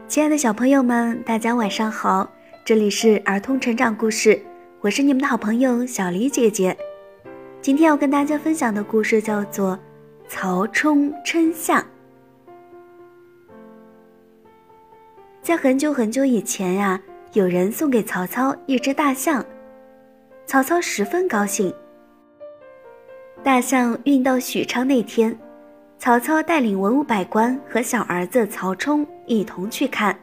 亲爱的小朋友们，大家晚上好，这里是儿童成长故事，我是你们的好朋友小黎姐姐。今天要跟大家分享的故事叫做曹冲称象。在很久很久以前呀，有人送给曹操一只大象，曹操十分高兴。大象运到许昌那天，曹操带领文武百官和小儿子曹冲一同去看。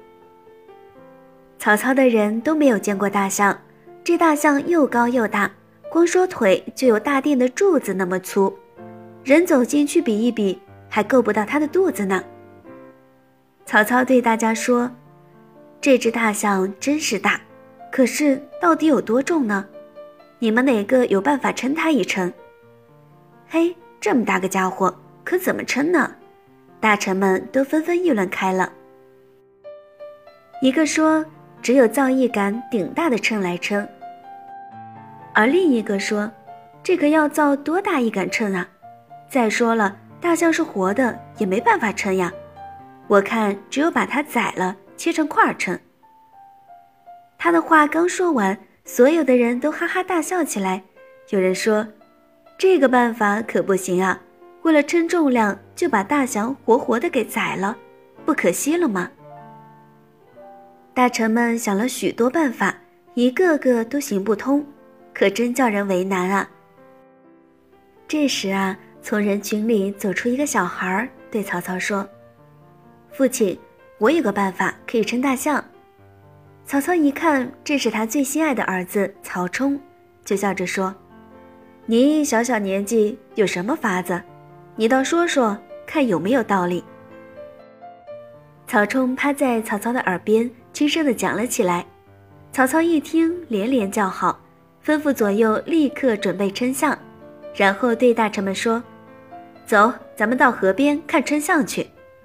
曹操的人都没有见过大象，这大象又高又大，光说腿就有大殿的柱子那么粗，人走进去比一比，还够不到它的肚子呢。曹操对大家说，这只大象真是大，可是到底有多重呢？你们哪个有办法称它一称？嘿，这么大个家伙，可怎么称呢？大臣们都纷纷议论开了。一个说，只有造一杆顶大的秤来称，而另一个说，这个要造多大一杆秤啊？再说了，大象是活的，也没办法称呀。我看只有把它宰了，切成块称。他的话刚说完，所有的人都哈哈大笑起来。有人说，这个办法可不行啊，为了称重量，就把大象活活的给宰了，不可惜了吗？大臣们想了许多办法，一个个都行不通，可真叫人为难啊。这时啊，从人群里走出一个小孩，对曹操说，父亲，我有个办法可以称大象。曹操一看，这是他最心爱的儿子曹冲，就笑着说，你小小年纪有什么法子？你倒说说，看有没有道理。曹冲趴在曹操的耳边轻声地讲了起来。曹操一听，连连叫好，吩咐左右立刻准备称象，然后对大臣们说，走，咱们到河边看称象去。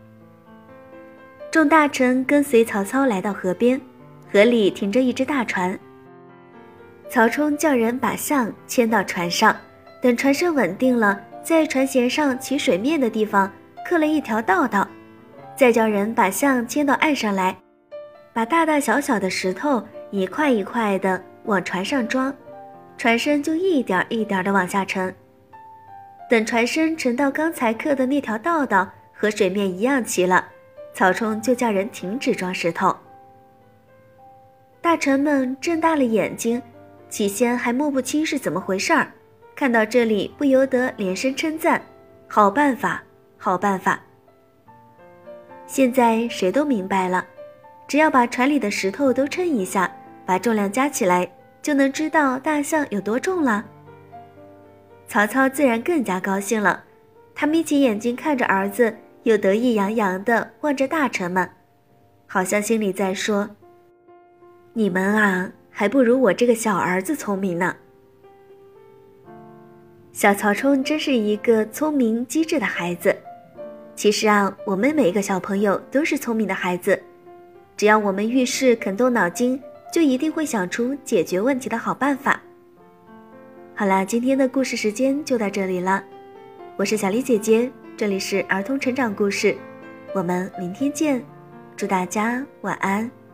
众大臣跟随曹操来到河边，河里停着一只大船。曹冲叫人把象牵到船上，等船身稳定了，在船舷上起水面的地方刻了一条道道，再叫人把象牵到岸上来，把大大小小的石头一块一块的往船上装，船身就一点一点的往下沉。等船身沉到刚才刻的那条道道和水面一样齐了，曹冲就叫人停止装石头。大臣们睁大了眼睛，起先还摸不清是怎么回事儿，看到这里不由得连声称赞，好办法，好办法。现在谁都明白了，只要把船里的石头都称一下，把重量加起来，就能知道大象有多重了。曹操自然更加高兴了，他眯起眼睛看着儿子，又得意洋洋地望着大臣们，好像心里在说，你们啊，还不如我这个小儿子聪明呢。小曹冲真是一个聪明机智的孩子。其实啊，我们每一个小朋友都是聪明的孩子，只要我们遇事肯动脑筋，就一定会想出解决问题的好办法。好啦，今天的故事时间就到这里了，我是小黎姐姐，这里是儿童成长故事，我们明天见，祝大家晚安。